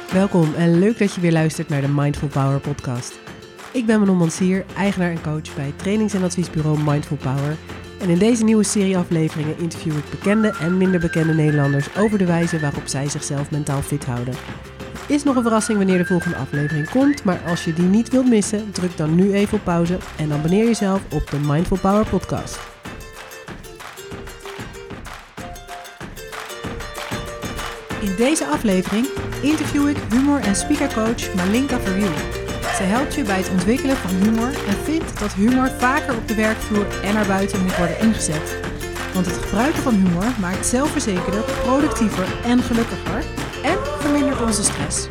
Welkom en leuk dat je weer luistert naar de Mindful Power podcast. Ik ben Manon Mansier, eigenaar en coach bij trainings- en adviesbureau Mindful Power. En in deze nieuwe serie afleveringen interview ik bekende en minder bekende Nederlanders over de wijze waarop zij zichzelf mentaal fit houden. Het is nog een verrassing wanneer de volgende aflevering komt, maar als je die niet wilt missen, druk dan nu even op pauze en abonneer jezelf op de Mindful Power podcast. In deze aflevering interview ik humor- en speakercoach Malinka Verwiel. Zij helpt je bij het ontwikkelen van humor en vindt dat humor vaker op de werkvloer en naar buiten moet worden ingezet. Want het gebruiken van humor maakt zelfverzekerder, productiever en gelukkiger en vermindert onze stress.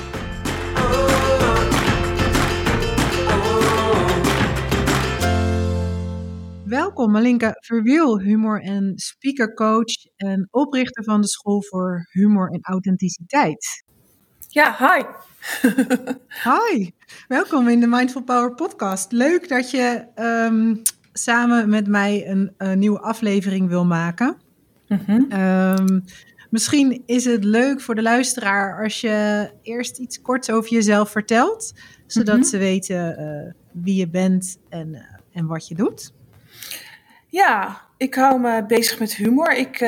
Welkom Malinka Verwiel, humor- en speakercoach en oprichter van de School voor Humor en Authenticiteit. Ja, hi. Hi, welkom in de Mindful Power podcast. Leuk dat je samen met mij een nieuwe aflevering wil maken. Misschien is het leuk voor de luisteraar als je eerst iets korts over jezelf vertelt, zodat ze weten wie je bent en wat je doet. Ja, ik hou me bezig met humor.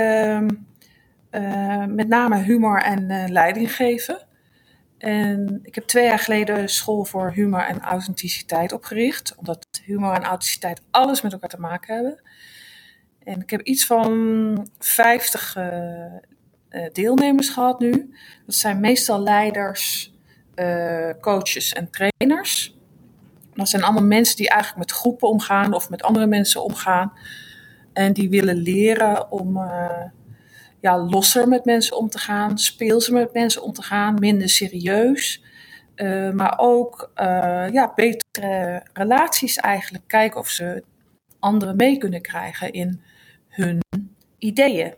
Met name humor en leiding geven. En ik heb 2 jaar geleden de School voor Humor en Authenticiteit opgericht. Omdat humor en authenticiteit alles met elkaar te maken hebben. En ik heb iets van 50 deelnemers gehad nu. Dat zijn meestal leiders, coaches en trainers. Dat zijn allemaal mensen die eigenlijk met groepen omgaan of met andere mensen omgaan. En die willen leren om losser met mensen om te gaan, speelser met mensen om te gaan, minder serieus. Maar ook betere relaties eigenlijk. Kijken of ze anderen mee kunnen krijgen in hun ideeën.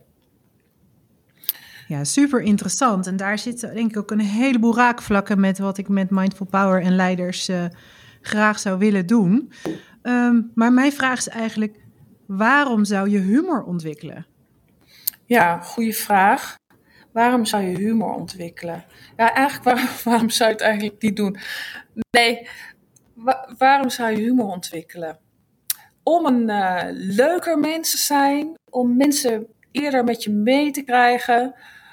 Ja, super interessant. En daar zitten denk ik ook een heleboel raakvlakken met wat ik met Mindful Power en leiders graag zou willen doen. Maar mijn vraag is eigenlijk, waarom zou je humor ontwikkelen? Ja, goede vraag. Waarom zou je humor ontwikkelen? Ja, eigenlijk waarom zou je het eigenlijk niet doen? Nee, waarom zou je humor ontwikkelen? Om een leuker mens te zijn, om mensen eerder met je mee te krijgen,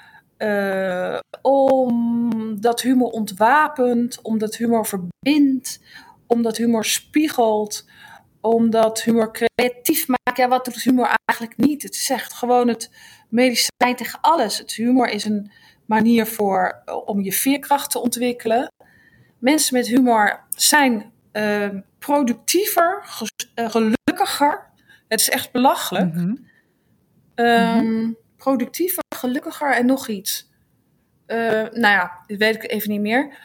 omdat humor ontwapent, omdat humor verbindt, omdat humor spiegelt, omdat humor creatief maakt. Ja, wat doet humor eigenlijk niet? Het is echt gewoon het medicijn tegen alles. Het humor is een manier om je veerkracht te ontwikkelen. Mensen met humor zijn productiever, gelukkiger. Het is echt belachelijk. Productiever, gelukkiger en nog iets. Dit weet ik even niet meer.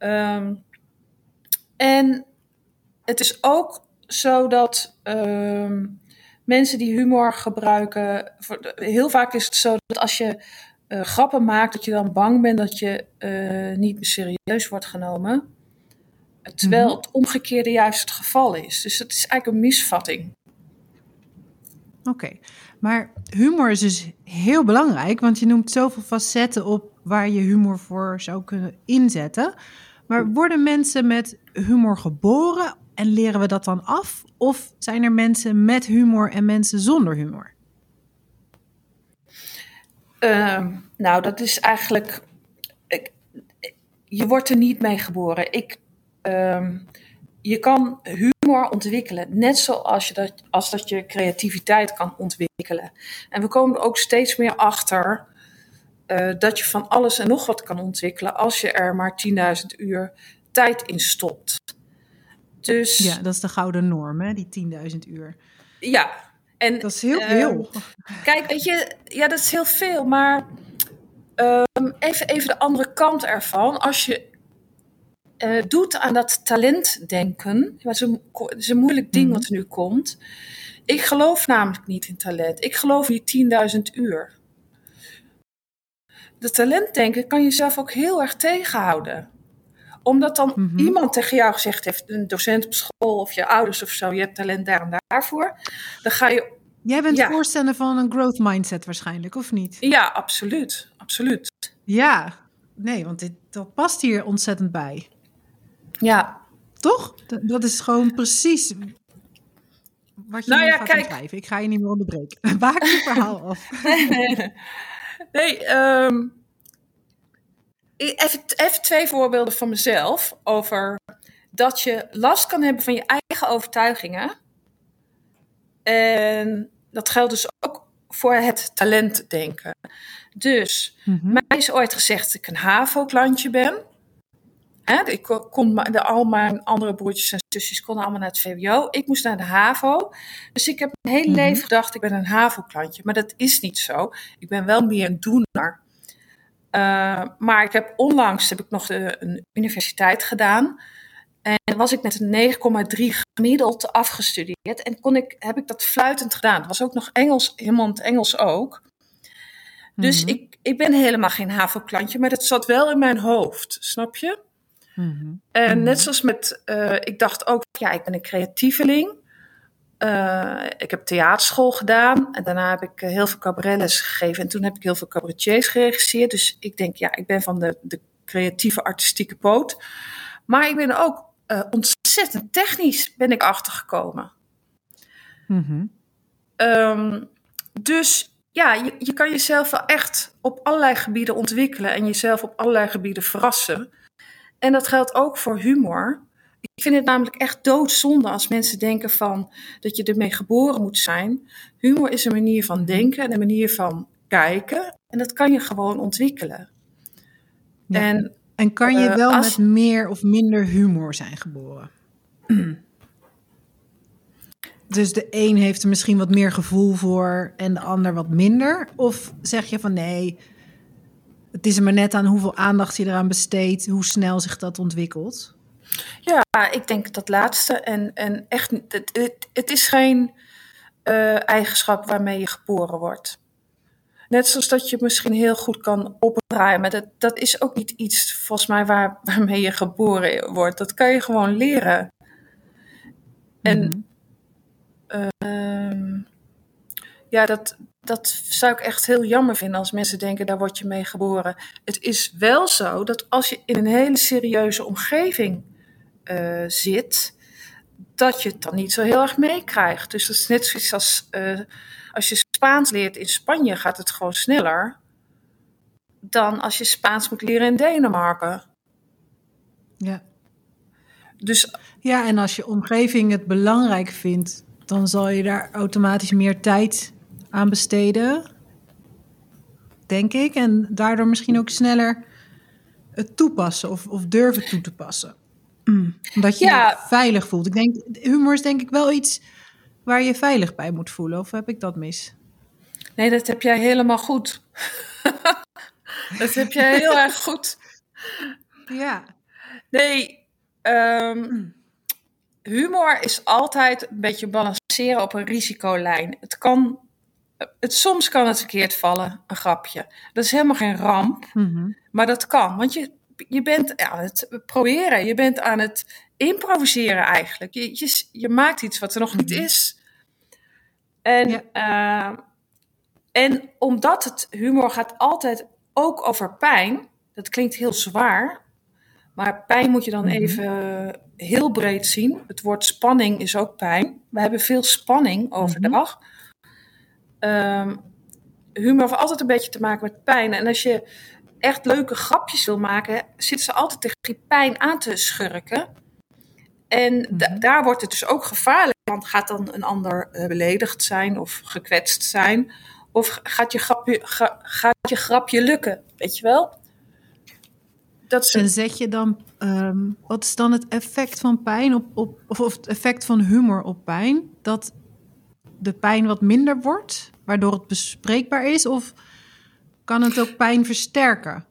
En het is ook zo dat mensen die humor gebruiken, heel vaak is het zo dat als je grappen maakt, dat je dan bang bent dat je niet meer serieus wordt genomen. Terwijl het omgekeerde juist het geval is. Dus het is eigenlijk een misvatting. Oké, maar humor is dus heel belangrijk, want je noemt zoveel facetten op waar je humor voor zou kunnen inzetten. Maar worden mensen met humor geboren en leren we dat dan af? Of zijn er mensen met humor en mensen zonder humor? Dat is eigenlijk... Je wordt er niet mee geboren. Je kan humor ontwikkelen, net zoals dat je creativiteit kan ontwikkelen. En we komen er ook steeds meer achter dat je van alles en nog wat kan ontwikkelen als je er maar 10.000 uur tijd in stopt. Dus, ja, dat is de gouden norm, hè? Die 10.000 uur. Ja. En, dat is heel veel. Kijk, weet je, ja, dat is heel veel, maar even de andere kant ervan. Als je doet aan dat talentdenken, dat is een moeilijk ding wat er nu komt. Ik geloof namelijk niet in talent. Ik geloof in die 10.000 uur. Dat talentdenken kan jezelf ook heel erg tegenhouden. Omdat dan iemand tegen jou gezegd heeft, een docent op school of je ouders of zo, je hebt talent daar en daarvoor. Dan ga je... Jij bent voorstander van een growth mindset waarschijnlijk, of niet? Ja, absoluut. Ja, Nee, want dat past hier ontzettend bij. Ja. Toch? Dat is gewoon precies wat je nu gaat omschrijven. Ik ga je niet meer onderbreken. Maak je verhaal af. Nee, even 2 voorbeelden van mezelf over dat je last kan hebben van je eigen overtuigingen. En dat geldt dus ook voor het talentdenken. Dus mij is ooit gezegd dat ik een HAVO-klantje ben. Al mijn andere broertjes en zusjes konden allemaal naar het VWO. Ik moest naar de HAVO. Dus ik heb mijn hele leven gedacht, ik ben een HAVO-klantje. Maar dat is niet zo. Ik ben wel meer een doener. Maar onlangs heb ik nog een universiteit gedaan. En was ik met een 9,3 gemiddeld afgestudeerd. En heb ik dat fluitend gedaan. Het was ook nog Engels, helemaal in het Engels ook. Dus ik ben helemaal geen HAVO-klantje. Maar dat zat wel in mijn hoofd, snap je? En net zoals ik dacht ook, ik ben een creatieveling. Ik heb theaterschool gedaan. En daarna heb ik heel veel cabaretles gegeven. En toen heb ik heel veel cabaretiers geregisseerd. Dus ik denk, ik ben van de creatieve artistieke poot. Maar ik ben ook ontzettend technisch ben ik achtergekomen. Dus je kan jezelf wel echt op allerlei gebieden ontwikkelen. En jezelf op allerlei gebieden verrassen. En dat geldt ook voor humor. Ik vind het namelijk echt doodzonde als mensen denken dat je ermee geboren moet zijn. Humor is een manier van denken en een manier van kijken. En dat kan je gewoon ontwikkelen. Ja. En kan je wel met meer of minder humor zijn geboren? Dus de een heeft er misschien wat meer gevoel voor en de ander wat minder? Of zeg je van nee, het is er maar net aan hoeveel aandacht je eraan besteedt, hoe snel zich dat ontwikkelt? Ja, ik denk dat laatste. En echt, het is geen eigenschap waarmee je geboren wordt. Net zoals dat je misschien heel goed kan opruimen. Dat is ook niet iets, volgens mij, waarmee je geboren wordt. Dat kan je gewoon leren. En dat zou ik echt heel jammer vinden als mensen denken, daar word je mee geboren. Het is wel zo dat als je in een hele serieuze omgeving zit, dat je het dan niet zo heel erg meekrijgt. Dus dat is net zoiets als je Spaans leert in Spanje, gaat het gewoon sneller dan als je Spaans moet leren in Denemarken. Ja. Dus, en als je omgeving het belangrijk vindt, dan zal je daar automatisch meer tijd aan besteden, denk ik. En daardoor misschien ook sneller het toepassen of durven toe te passen. Omdat je je veilig voelt. Ik denk, humor is denk ik wel iets waar je je veilig bij moet voelen. Of heb ik dat mis? Nee, dat heb jij helemaal goed. Dat heb jij heel erg goed. Ja. Nee, humor is altijd een beetje balanceren op een risicolijn. Soms kan het verkeerd vallen, een grapje. Dat is helemaal geen ramp, maar dat kan. Want je bent aan het proberen, je bent aan het improviseren eigenlijk. Je maakt iets wat er nog niet is. En omdat het humor gaat altijd ook over pijn. Dat klinkt heel zwaar. Maar pijn moet je dan even heel breed zien. Het woord spanning is ook pijn. We hebben veel spanning overdag. Humor heeft altijd een beetje te maken met pijn. En als je echt leuke grapjes wil maken, zitten ze altijd tegen die pijn aan te schurken. En daar wordt het dus ook gevaarlijk. Want gaat dan een ander beledigd zijn of gekwetst zijn? Of gaat je grapje lukken? Weet je wel? En zet je dan, wat is dan het effect van pijn of het effect van humor op pijn? Dat de pijn wat minder wordt, waardoor het bespreekbaar is? Of kan het ook pijn versterken?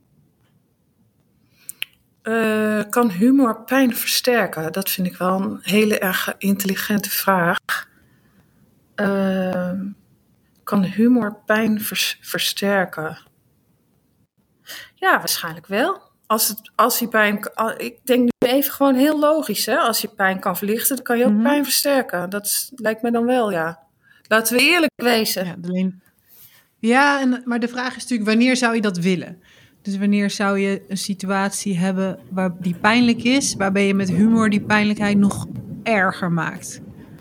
Kan humor pijn versterken? Dat vind ik wel een hele erg intelligente vraag. Kan humor pijn versterken? Ja, waarschijnlijk wel. Als die pijn, ik denk nu even gewoon heel logisch, hè? Als je pijn kan verlichten, dan kan je ook pijn versterken. Dat lijkt me dan wel, ja. Laten we eerlijk wezen. Maar de vraag is natuurlijk, wanneer zou je dat willen? Dus wanneer zou je een situatie hebben die pijnlijk is, waarbij je met humor die pijnlijkheid nog erger maakt?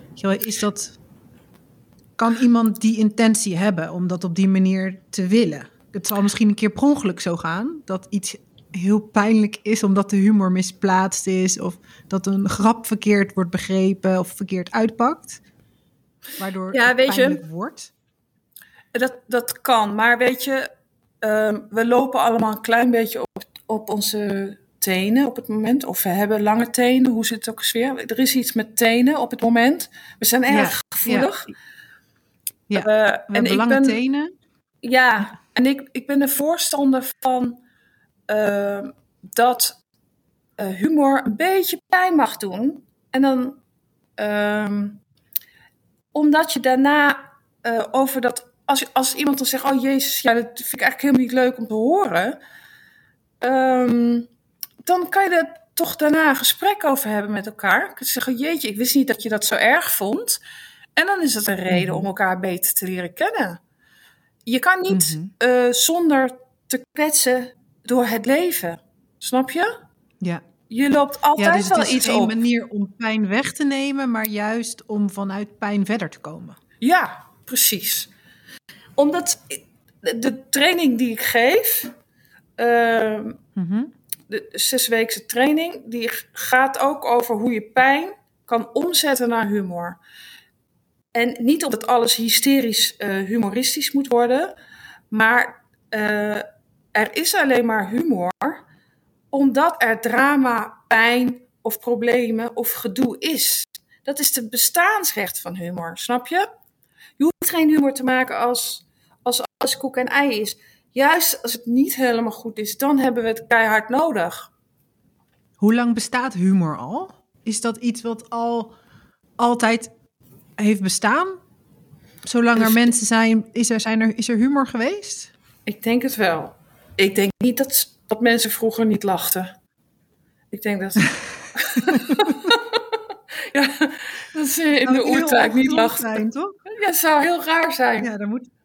Kan iemand die intentie hebben om dat op die manier te willen? Het zal misschien een keer per ongeluk zo gaan, dat iets heel pijnlijk is omdat de humor misplaatst is, of dat een grap verkeerd wordt begrepen of verkeerd uitpakt, waardoor het pijnlijk wordt. Dat kan, maar weet je, we lopen allemaal een klein beetje op onze tenen op het moment. Of we hebben lange tenen, hoe zit het ook eens weer? Er is iets met tenen op het moment. We zijn erg gevoelig. Ja, we hebben lange tenen. Ja, en ik ben er voorstander van dat humor een beetje pijn mag doen. En dan, omdat je daarna over dat... Als iemand dan zegt, oh jezus, ja, dat vind ik eigenlijk helemaal niet leuk om te horen. Dan kan je er toch daarna een gesprek over hebben met elkaar. Ik kan zeggen, oh, jeetje, ik wist niet dat je dat zo erg vond. En dan is het een reden om elkaar beter te leren kennen. Je kan niet zonder te kwetsen door het leven. Snap je? Ja. Je loopt altijd dus wel iets op. Het is geen manier om pijn weg te nemen, maar juist om vanuit pijn verder te komen. Ja, precies. Omdat de training die ik geef, de 6-weekse training, die gaat ook over hoe je pijn kan omzetten naar humor. En niet omdat alles hysterisch humoristisch moet worden, maar er is alleen maar humor omdat er drama, pijn of problemen of gedoe is. Dat is het bestaansrecht van humor, snap je? Je hoeft geen humor te maken als alles koek en ei is. Juist als het niet helemaal goed is, dan hebben we het keihard nodig. Hoe lang bestaat humor al? Is dat iets wat al altijd heeft bestaan? Zolang er mensen zijn, is er humor geweest? Ik denk het wel. Ik denk niet dat mensen vroeger niet lachten. Ik denk dat... ja, dat ze in de oertijd niet lachten. Zijn, toch? Ja, het zou heel raar zijn. Ja, dat moet...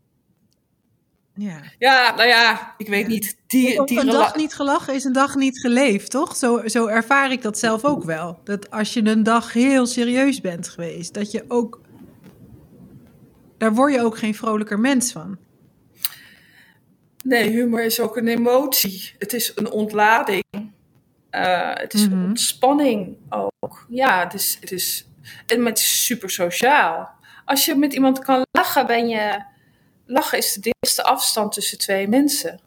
Ja, nou ja, ik weet niet. Een dag niet gelachen is een dag niet geleefd, toch? Zo ervaar ik dat zelf ook wel. Dat als je een dag heel serieus bent geweest, dat je ook... Daar word je ook geen vrolijker mens van. Nee, humor is ook een emotie. Het is een ontlading. Het is ontspanning ook. Ja, het is super sociaal. Als je met iemand kan lachen, Lachen is de dichtste afstand tussen twee mensen.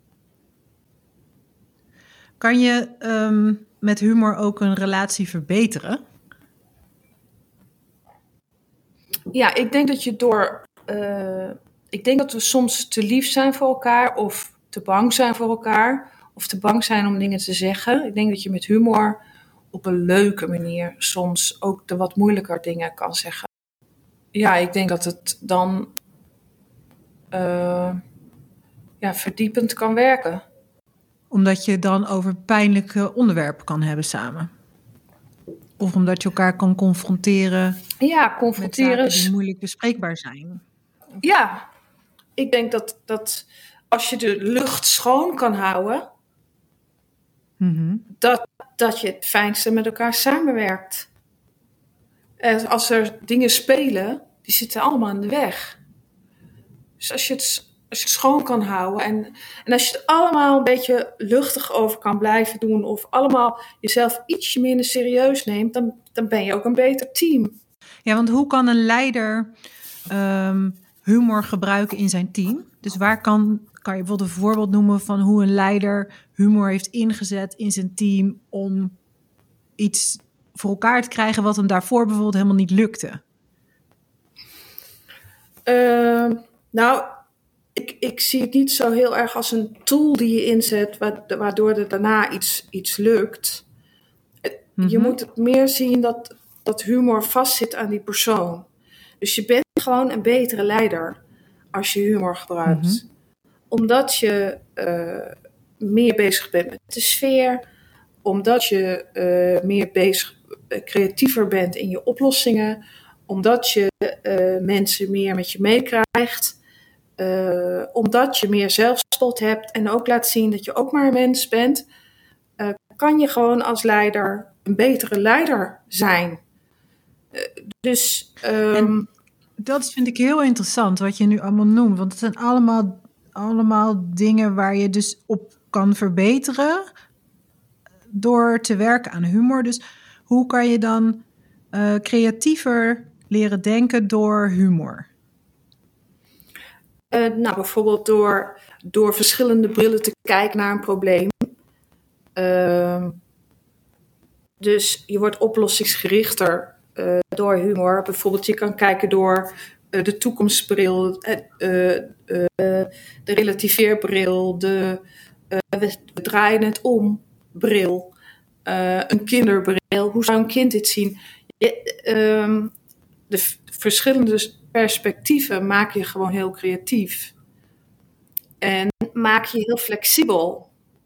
Kan je met humor ook een relatie verbeteren? Ja, ik denk dat ik denk dat we soms te lief zijn voor elkaar of te bang zijn voor elkaar. Of te bang zijn om dingen te zeggen. Ik denk dat je met humor op een leuke manier soms ook de wat moeilijker dingen kan zeggen. Ja, ik denk dat het dan verdiepend kan werken. Omdat je dan over pijnlijke onderwerpen kan hebben samen. Of omdat je elkaar kan confronteren. Ja, confronteren. Met zaken die moeilijk bespreekbaar zijn. Ja, ik denk dat als je de lucht schoon kan houden, dat je het fijnste met elkaar samenwerkt. En als er dingen spelen, die zitten allemaal in de weg. Dus als je het schoon kan houden en als je het allemaal een beetje luchtig over kan blijven doen of allemaal jezelf ietsje minder serieus neemt, dan ben je ook een beter team. Ja, want hoe kan een leider humor gebruiken in zijn team? Dus waar kan je bijvoorbeeld een voorbeeld noemen van hoe een leider humor heeft ingezet in zijn team om iets voor elkaar te krijgen wat hem daarvoor bijvoorbeeld helemaal niet lukte? Ik zie het niet zo heel erg als een tool die je inzet, waardoor er daarna iets lukt. Je moet het meer zien dat humor vastzit aan die persoon. Dus je bent gewoon een betere leider als je humor gebruikt. Omdat je meer bezig bent met de sfeer. Omdat je creatiever bent in je oplossingen. Omdat je mensen meer met je meekrijgt. omdat je meer zelfspot hebt en ook laat zien dat je ook maar een mens bent, kan je gewoon als leider een betere leider zijn. En dat vind ik heel interessant wat je nu allemaal noemt. Want het zijn allemaal dingen waar je dus op kan verbeteren door te werken aan humor. Dus hoe kan je dan creatiever leren denken door humor? Bijvoorbeeld door verschillende brillen te kijken naar een probleem. Dus je wordt oplossingsgerichter door humor. Bijvoorbeeld je kan kijken door de toekomstbril, de relativeerbril, we draaien het om bril, een kinderbril. Hoe zou een kind dit zien? De verschillende perspectieven maak je gewoon heel creatief. En maak je heel flexibel.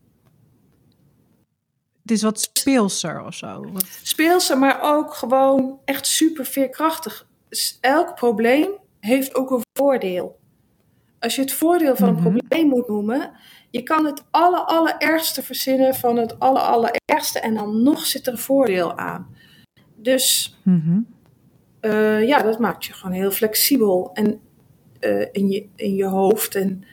Het is wat speelser of zo. Speelser, maar ook gewoon echt super veerkrachtig. Dus elk probleem heeft ook een voordeel. Als je het voordeel van een probleem moet noemen, je kan het allerergste verzinnen van het allerergste en dan nog zit er een voordeel aan. Dus dat maakt je gewoon heel flexibel en in je hoofd. En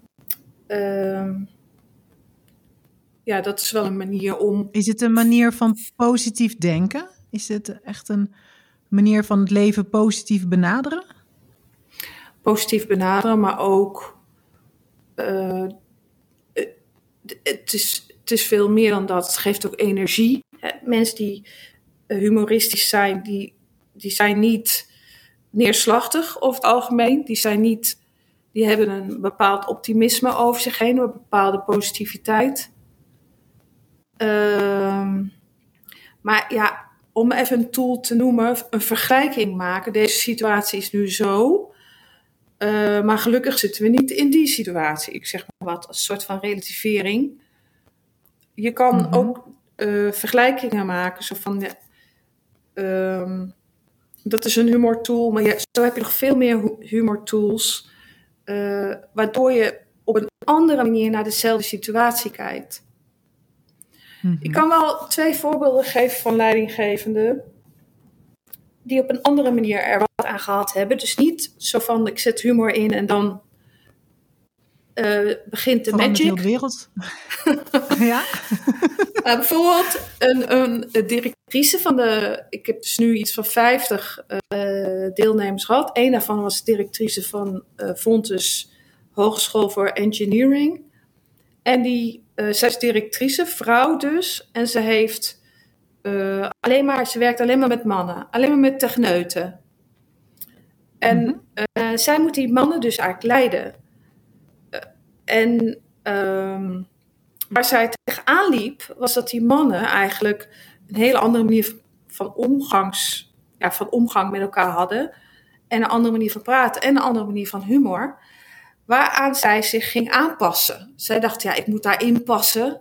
dat is wel een manier om... Is het een manier van positief denken? Is het echt een manier van het leven positief benaderen? Positief benaderen, maar ook... Het is veel meer dan dat. Het geeft ook energie. Mensen die humoristisch zijn, die zijn niet neerslachtig over het algemeen. Die hebben een bepaald optimisme over zich heen, een bepaalde positiviteit. Maar ja, om even een tool te noemen, een vergelijking maken. Deze situatie is nu zo. Maar gelukkig zitten we niet in die situatie. Ik zeg maar wat, als een soort van relativering. Je kan ook vergelijkingen maken. Zo van, dat is een humortool, maar zo heb je nog veel meer humortools. Waardoor je op een andere manier naar dezelfde situatie kijkt. Ik kan wel 2 voorbeelden geven van leidinggevenden die op een andere manier er wat aan gehad hebben. Dus niet zo van, ik zet humor in en dan begint de magic. Heel de wereld. Ja. Bijvoorbeeld een directrice van ik heb dus nu iets van 50 deelnemers gehad. Eén daarvan was directrice van Fontes Hogeschool voor Engineering. En zij is directrice, vrouw dus. En ze heeft ze werkt alleen maar met mannen. Alleen maar met techneuten. En zij moet die mannen dus eigenlijk leiden. Waar zij tegenaan liep, was dat die mannen eigenlijk een hele andere manier van omgang met elkaar hadden. En een andere manier van praten en een andere manier van humor. Waaraan zij zich ging aanpassen. Zij dacht, ik moet daarin passen.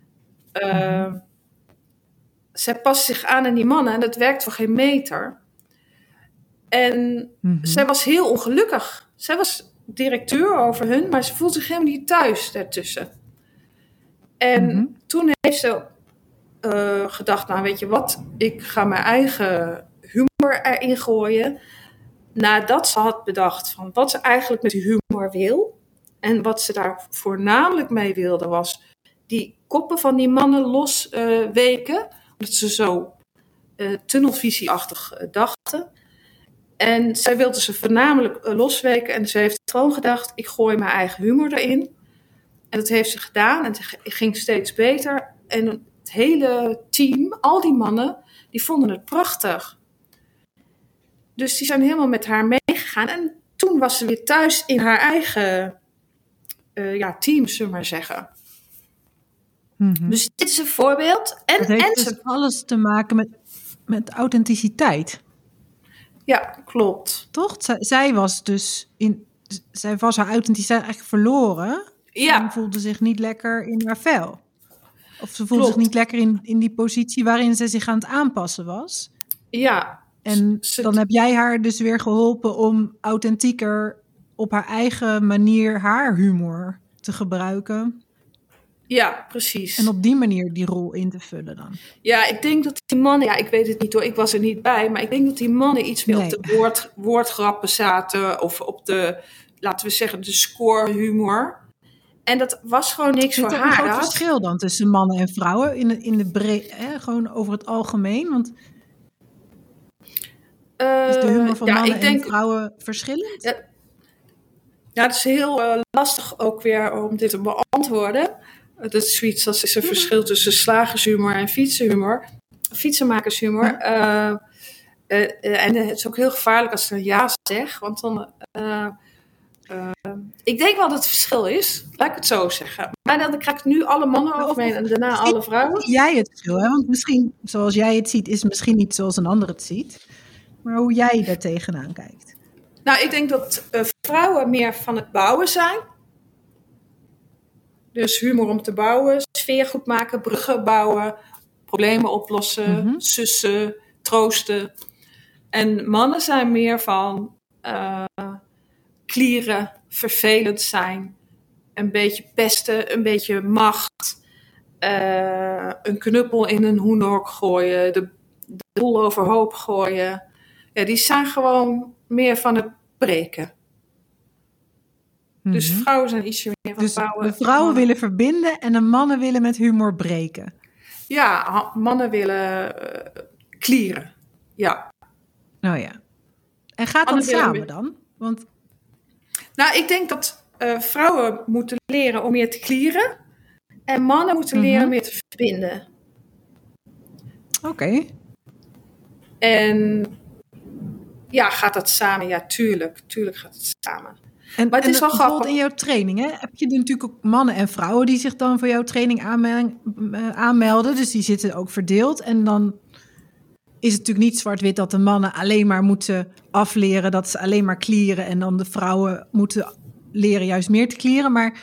Zij past zich aan die mannen en dat werkt voor geen meter. En zij was heel ongelukkig. Zij was directeur over hun, maar ze voelde zich helemaal niet thuis daartussen. En toen heeft ze gedacht, nou weet je wat, ik ga mijn eigen humor erin gooien. Nadat ze had bedacht van wat ze eigenlijk met die humor wil. En wat ze daar voornamelijk mee wilde was die koppen van die mannen losweken. Omdat ze zo tunnelvisieachtig dachten. En zij wilde ze voornamelijk losweken. En ze heeft gewoon gedacht, ik gooi mijn eigen humor erin. En dat heeft ze gedaan. En het ging steeds beter. En het hele team, al die mannen, die vonden het prachtig. Dus die zijn helemaal met haar meegegaan. En toen was ze weer thuis in haar eigen team, zullen we maar zeggen. Dus dit is een voorbeeld. Het heeft dus alles te maken met authenticiteit. Ja, klopt. Toch? Zij was haar authenticiteit eigenlijk verloren. Ja. En voelde zich niet lekker in haar vel. Of ze voelde zich niet lekker in die positie waarin ze zich aan het aanpassen was. Ja. En dan heb jij haar dus weer geholpen om authentieker op haar eigen manier haar humor te gebruiken. Ja, precies. En op die manier die rol in te vullen dan. Ja, ik denk dat die mannen... Ja, ik weet het niet hoor, ik was er niet bij. Maar ik denk dat die mannen iets meer op de woordgrappen zaten. Of op de, laten we zeggen, de scorehumor. En dat was gewoon niks voor haar. Is er een groot verschil dan tussen mannen en vrouwen? In de gewoon over het algemeen? Want is de humor van mannen en vrouwen verschillend? Ja, het is heel lastig ook weer om dit te beantwoorden. Het is zoiets als is er verschil tussen slagershumor en fietsenmakershumor. En het is ook heel gevaarlijk als ik een ja zeg. Want dan... ik denk wel dat het verschil is. Laat ik het zo zeggen. Maar dan krijg ik nu alle mannen over me heen en daarna alle vrouwen. Zie jij het verschil? Hè? Want misschien, zoals jij het ziet, is het misschien niet zoals een ander het ziet. Maar hoe jij daar tegenaan kijkt. Nou, ik denk dat vrouwen meer van het bouwen zijn. Dus humor om te bouwen, sfeer goed maken, bruggen bouwen, problemen oplossen, sussen, troosten. En mannen zijn meer van klieren, vervelend zijn, een beetje pesten, een beetje macht, een knuppel in een hoenderhok gooien, de boel overhoop gooien. Ja, die zijn gewoon meer van het breken. Dus vrouwen zijn ietsje meer van bouwen. De vrouwen willen verbinden en de mannen willen met humor breken. Ja, mannen willen klieren. Ja. Nou ja. En gaat dat samen dan? Want... Nou, ik denk dat vrouwen moeten leren om meer te klieren. En mannen moeten leren meer te verbinden. Oké. En ja, gaat dat samen? Ja, tuurlijk. Tuurlijk gaat het samen. Maar het is wel grappig. In jouw training heb je natuurlijk ook mannen en vrouwen die zich dan voor jouw training aanmelden. Dus die zitten ook verdeeld. En dan is het natuurlijk niet zwart-wit dat de mannen alleen maar moeten afleren dat ze alleen maar klieren. En dan de vrouwen moeten leren juist meer te klieren. Maar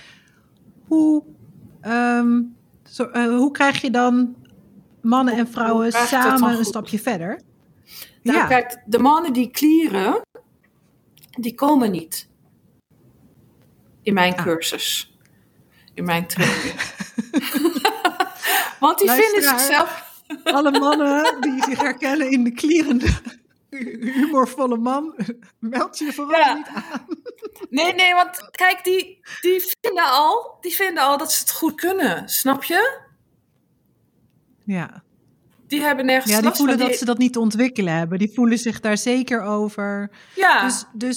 hoe krijg je dan mannen en vrouwen samen een stapje verder? Nou, kijk, de mannen die klieren, die komen niet. In mijn cursus. In mijn training. Want die vinden zichzelf... Alle mannen die zich herkennen in de klierende, humorvolle man, meld je vooral niet aan. Nee, want kijk, die vinden al dat ze het goed kunnen. Snap je? Ja. Die hebben nergens last van. Die voelen dat ze dat niet te ontwikkelen hebben. Die voelen zich daar zeker over. Ja.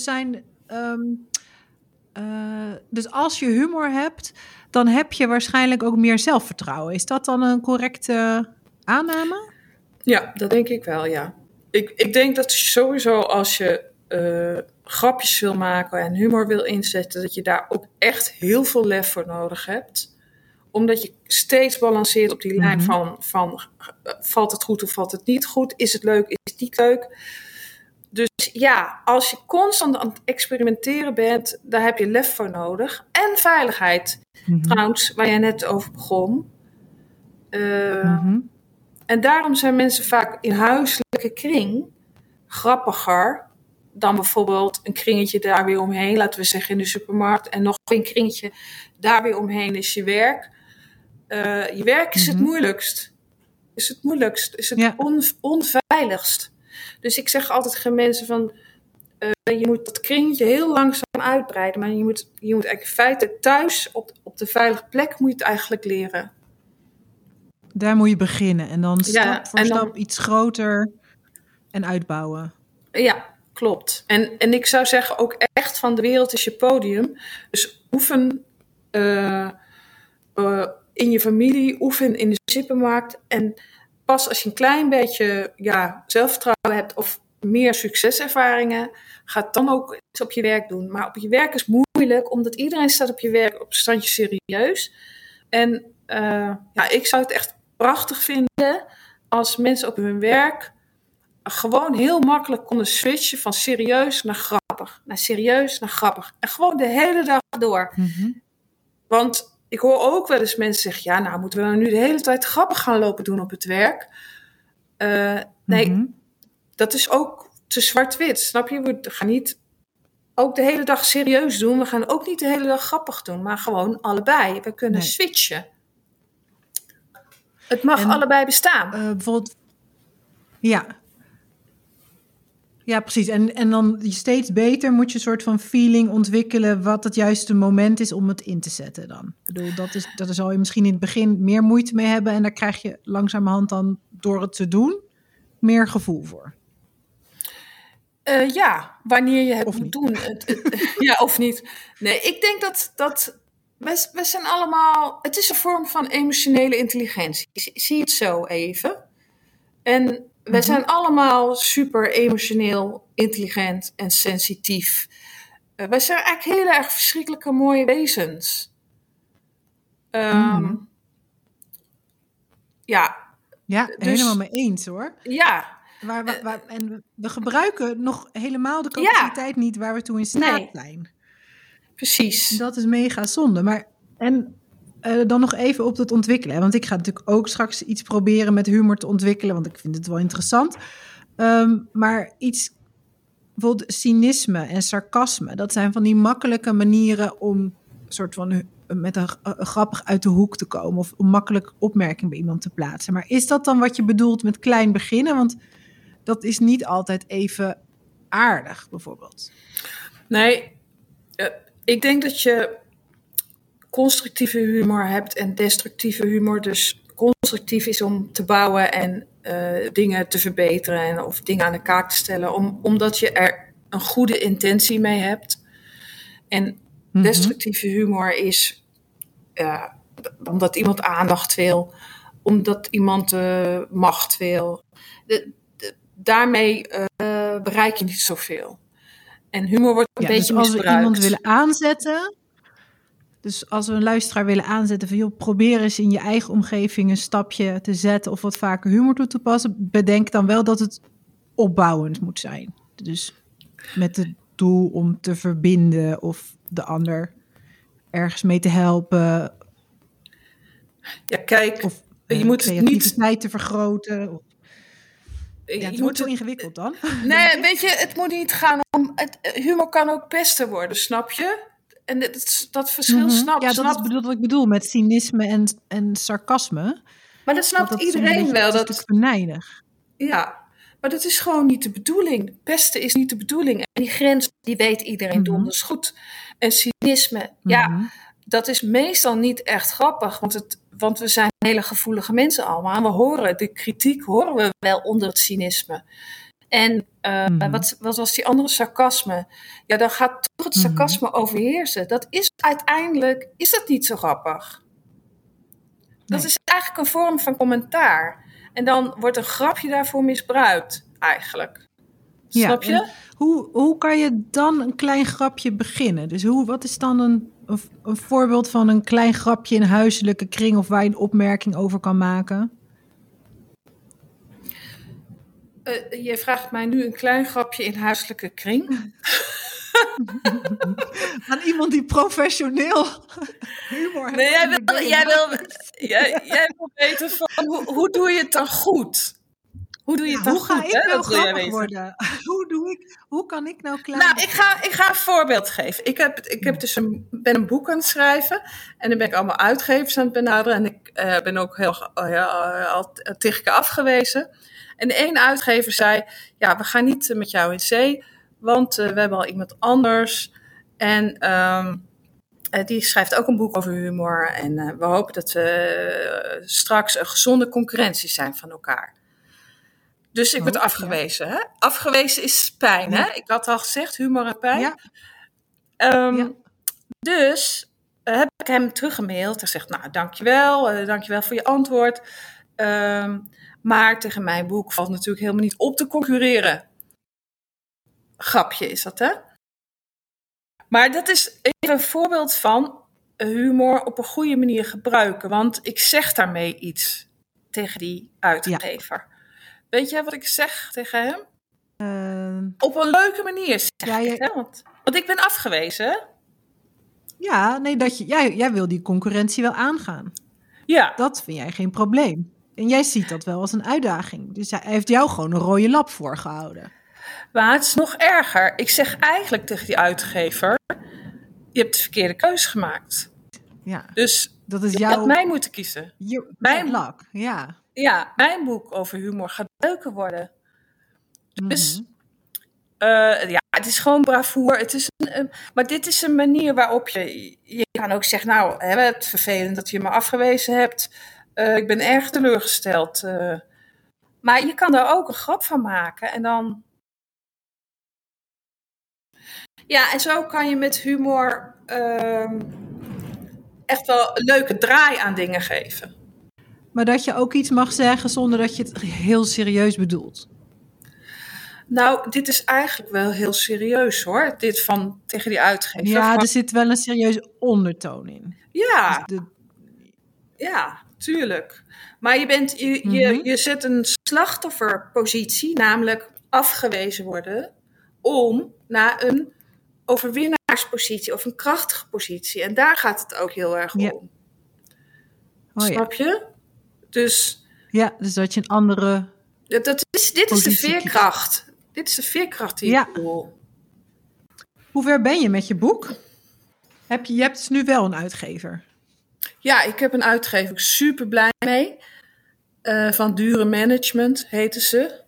Dus als je humor hebt, dan heb je waarschijnlijk ook meer zelfvertrouwen. Is dat dan een correcte aanname? Ja, dat denk ik wel, ja. Ik denk dat sowieso als je grapjes wil maken en humor wil inzetten, dat je daar ook echt heel veel lef voor nodig hebt. Omdat je steeds balanceert op die lijn van valt het goed of valt het niet goed? Is het leuk, is het niet leuk? Dus ja, als je constant aan het experimenteren bent, daar heb je lef voor nodig. En veiligheid. Trouwens, waar jij net over begon. En daarom zijn mensen vaak in huiselijke kring grappiger dan bijvoorbeeld een kringetje daar weer omheen. Laten we zeggen in de supermarkt. En nog een kringetje daar weer omheen is je werk. Je werk is het moeilijkst. Is het onveiligst. Dus ik zeg altijd tegen mensen van... je moet dat kringetje heel langzaam uitbreiden. Maar je moet eigenlijk in feite thuis op de veilige plek moet je het eigenlijk leren. Daar moet je beginnen. En dan stap voor stap iets groter en uitbouwen. Ja, klopt. En ik zou zeggen ook echt van de wereld is je podium. Dus oefen in je familie, oefen in de supermarkt. En pas als je een klein beetje zelfvertrouwen hebt of meer succeservaringen, ga dan ook iets op je werk doen. Maar op je werk is moeilijk, omdat iedereen staat op je werk op een standje serieus. En ik zou het echt prachtig vinden als mensen op hun werk gewoon heel makkelijk konden switchen van serieus naar grappig. Naar serieus naar grappig. En gewoon de hele dag door. Want ik hoor ook wel eens mensen zeggen, moeten we nou nu de hele tijd grappig gaan lopen doen op het werk? Nee, dat is ook te zwart-wit. Snap je? We gaan niet ook de hele dag serieus doen. We gaan ook niet de hele dag grappig doen, maar gewoon allebei. We kunnen switchen. Het mag allebei bestaan. Bijvoorbeeld, ja, precies. En dan steeds beter moet je een soort van feeling ontwikkelen wat het juiste moment is om het in te zetten dan. Ik bedoel, dat zal je misschien in het begin meer moeite mee hebben en daar krijg je langzamerhand dan door het te doen meer gevoel voor. Wanneer je het moet doen. Ja, of niet. Nee, ik denk dat we zijn allemaal... Het is een vorm van emotionele intelligentie. Zie het zo even. En wij zijn allemaal super emotioneel, intelligent en sensitief. Wij zijn eigenlijk heel erg verschrikkelijke mooie wezens. Ja, dus, helemaal mee eens hoor. Ja. En we gebruiken nog helemaal de capaciteit niet waar we toe in staat zijn. Precies. Dat is mega zonde. Maar dan nog even op het ontwikkelen. Want ik ga natuurlijk ook straks iets proberen met humor te ontwikkelen. Want ik vind het wel interessant. Maar bijvoorbeeld cynisme en sarcasme. Dat zijn van die makkelijke manieren om een soort van met een grappig uit de hoek te komen. Of een makkelijk opmerking bij iemand te plaatsen. Maar is dat dan wat je bedoelt met klein beginnen? Want dat is niet altijd even aardig, bijvoorbeeld. Nee, ik denk dat je constructieve humor hebt en destructieve humor. Dus constructief is om te bouwen en dingen te verbeteren of dingen aan de kaak te stellen. Omdat je er een goede intentie mee hebt. En destructieve humor is omdat iemand aandacht wil, omdat iemand macht wil. Daarmee bereik je niet zoveel. En humor wordt een beetje dus als misbruikt. we iemand willen aanzetten, dus als we een luisteraar willen aanzetten van joh, probeer eens in je eigen omgeving een stapje te zetten of wat vaker humor toe te passen, bedenk dan wel dat het opbouwend moet zijn. Dus met het doel om te verbinden of de ander ergens mee te helpen. Ja, kijk, of je moet creativiteit niet te vergroten. Het wordt zo ingewikkeld dan. Nee, weet je, het moet niet gaan om... humor kan ook pesten worden, snap je? En dat verschil snap Ja, dat is wat ik bedoel met cynisme en sarcasme. Maar dat snapt iedereen wel. Dat is venijnig. Ja, maar dat is gewoon niet de bedoeling. Pesten is niet de bedoeling. En die grens, die weet iedereen donders goed. En cynisme, dat is meestal niet echt grappig. Want we zijn hele gevoelige mensen allemaal. En we horen, de kritiek horen we wel onder het cynisme. En wat was die andere sarcasme? Ja, dan gaat toch het sarcasme overheersen. Dat is uiteindelijk, is dat niet zo grappig. Dat is eigenlijk een vorm van commentaar. En dan wordt een grapje daarvoor misbruikt, eigenlijk. Snap je? Hoe kan je dan een klein grapje beginnen? Dus wat is dan een voorbeeld van een klein grapje in een huiselijke kring of waar je een opmerking over kan maken? Je vraagt mij nu een klein grapje in huiselijke kring. Aan iemand die professioneel humor heeft. Nee, jij wil weten van hoe doe je het dan goed? Hoe doe je het dan goed? Hoe ga ik nou grappig worden? Hoe kan ik nou klein? Nou, ik ga een voorbeeld geven. Ik ben een boek aan het schrijven. En dan ben ik allemaal uitgevers aan het benaderen. En ik ben ook al 10 keer afgewezen. En de ene uitgever zei, ja, we gaan niet met jou in zee. Want we hebben al iemand anders. En die schrijft ook een boek over humor. En we hopen dat we straks een gezonde concurrentie zijn van elkaar. Dus ik werd afgewezen. Ja. Hè? Afgewezen is pijn. Hè? Ik had al gezegd, humor en pijn. Ja. Dus heb ik hem teruggemaild. Hij zegt, nou, dankjewel voor je antwoord. Maar tegen mijn boek valt natuurlijk helemaal niet op te concurreren. Grapje is dat, hè? Maar dat is even een voorbeeld van humor op een goede manier gebruiken. Want ik zeg daarmee iets tegen die uitgever. Ja. Weet jij wat ik zeg tegen hem? Op een leuke manier zeg ik het, hè? Want ik ben afgewezen. Ja, nee, jij wil die concurrentie wel aangaan. Ja. Dat vind jij geen probleem. En jij ziet dat wel als een uitdaging. Dus hij heeft jou gewoon een rode lap voorgehouden. Maar het is nog erger. Ik zeg eigenlijk tegen die uitgever, je hebt de verkeerde keuze gemaakt. Ja. Dus dat is je jouw... had mij moeten kiezen. Mijn luck, ja. Ja, mijn boek over humor gaat leuker worden. Dus het is gewoon bravoer. Het is maar dit is een manier waarop je kan ook zeggen, nou, het is vervelend dat je me afgewezen hebt. Ik ben erg teleurgesteld. Maar je kan daar ook een grap van maken. En dan... Ja, en zo kan je met humor echt wel een leuke draai aan dingen geven. Maar dat je ook iets mag zeggen zonder dat je het heel serieus bedoelt. Nou, dit is eigenlijk wel heel serieus hoor. Dit van tegen die uitgever. Ja, er zit wel een serieuze ondertoon in. Ja, Dus ja, tuurlijk. Maar je zet een slachtofferpositie, namelijk afgewezen worden, om naar een overwinnaarspositie of een krachtige positie. En daar gaat het ook heel erg om. Snap je? Dus dat je een andere... Dit is de veerkracht. Dit is de veerkracht die ik voel. Hoe ver ben je met je boek? Je hebt dus nu wel een uitgever. Ja, ik heb een uitgever. Ik ben super blij mee. Van Dure Management heten ze.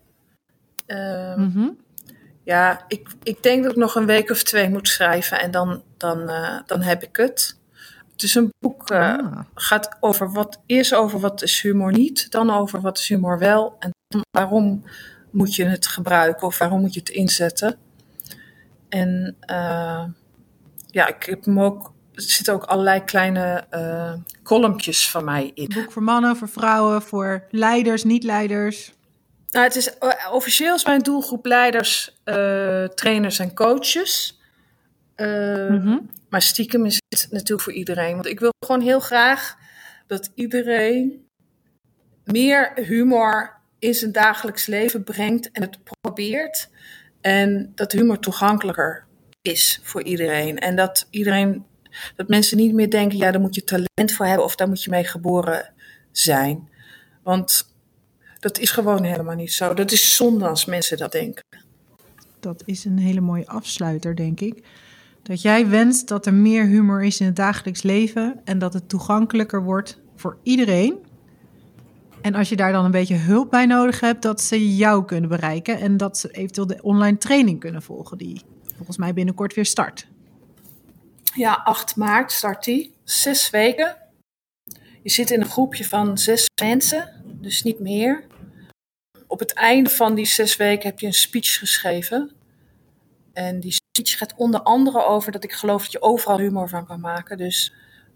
Ja, ik denk dat ik nog een week of 2 moet schrijven. En dan heb ik het. Het is een boek gaat over wat is humor niet. Dan over wat is humor wel. En dan waarom moet je het gebruiken of waarom moet je het inzetten. En ik heb hem ook... Er zitten ook allerlei kleine columntjes van mij in. Een boek voor mannen, voor vrouwen, voor leiders, niet-leiders. Nou, het is officieel is mijn doelgroep leiders, trainers en coaches. Maar stiekem is het natuurlijk voor iedereen. Want ik wil gewoon heel graag dat iedereen meer humor in zijn dagelijks leven brengt en het probeert. En dat humor toegankelijker is voor iedereen. En dat mensen niet meer denken, ja, daar moet je talent voor hebben of daar moet je mee geboren zijn. Want dat is gewoon helemaal niet zo. Dat is zonde als mensen dat denken. Dat is een hele mooie afsluiter, denk ik. Dat jij wenst dat er meer humor is in het dagelijks leven en dat het toegankelijker wordt voor iedereen. En als je daar dan een beetje hulp bij nodig hebt, dat ze jou kunnen bereiken en dat ze eventueel de online training kunnen volgen, die volgens mij binnenkort weer start. Ja, 8 maart start die. 6 weken. Je zit in een groepje van 6 mensen, dus niet meer. Op het einde van die 6 weken heb je een speech geschreven. En die speech gaat onder andere over dat ik geloof dat je overal humor van kan maken. Dus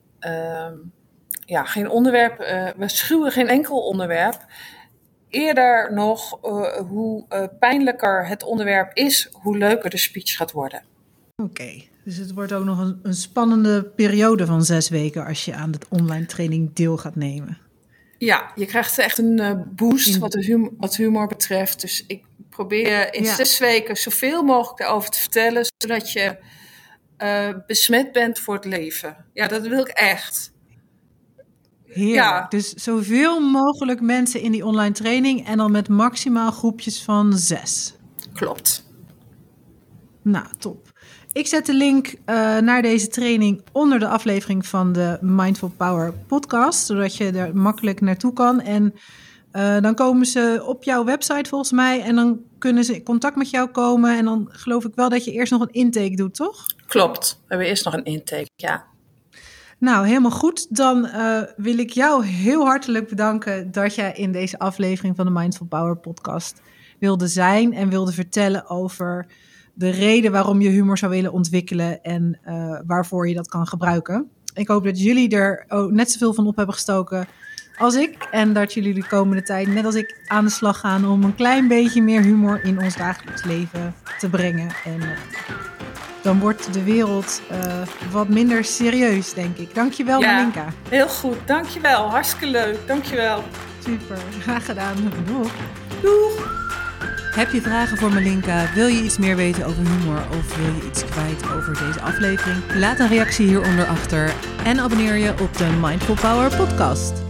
geen onderwerp. We schuwen geen enkel onderwerp. Eerder nog, hoe pijnlijker het onderwerp is, hoe leuker de speech gaat worden. Oké, dus het wordt ook nog een spannende periode van 6 weken als je aan de online training deel gaat nemen. Ja, je krijgt echt een boost wat humor betreft. Dus ik probeer in 6 weken zoveel mogelijk erover te vertellen, zodat je besmet bent voor het leven. Ja, dat wil ik echt. Heerlijk. Ja. Dus zoveel mogelijk mensen in die online training en dan met maximaal groepjes van 6. Klopt. Nou, top. Ik zet de link naar deze training onder de aflevering van de Mindful Power podcast, zodat je er makkelijk naartoe kan. En dan komen ze op jouw website volgens mij en dan kunnen ze in contact met jou komen. En dan geloof ik wel dat je eerst nog een intake doet, toch? Klopt. We hebben eerst nog een intake, ja. Nou, helemaal goed. Dan wil ik jou heel hartelijk bedanken dat jij in deze aflevering van de Mindful Power podcast wilde zijn en wilde vertellen over de reden waarom je humor zou willen ontwikkelen en waarvoor je dat kan gebruiken. Ik hoop dat jullie er net zoveel van op hebben gestoken als ik. En dat jullie de komende tijd, net als ik, aan de slag gaan om een klein beetje meer humor in ons dagelijks leven te brengen. En dan wordt de wereld wat minder serieus, denk ik. Dankjewel, Malinka. Heel goed. Dankjewel. Hartstikke leuk. Dankjewel. Super. Graag gedaan. Doeg. Doeg. Heb je vragen voor Malinka? Wil je iets meer weten over humor of wil je iets kwijt over deze aflevering? Laat een reactie hieronder achter en abonneer je op de Mindful Power podcast.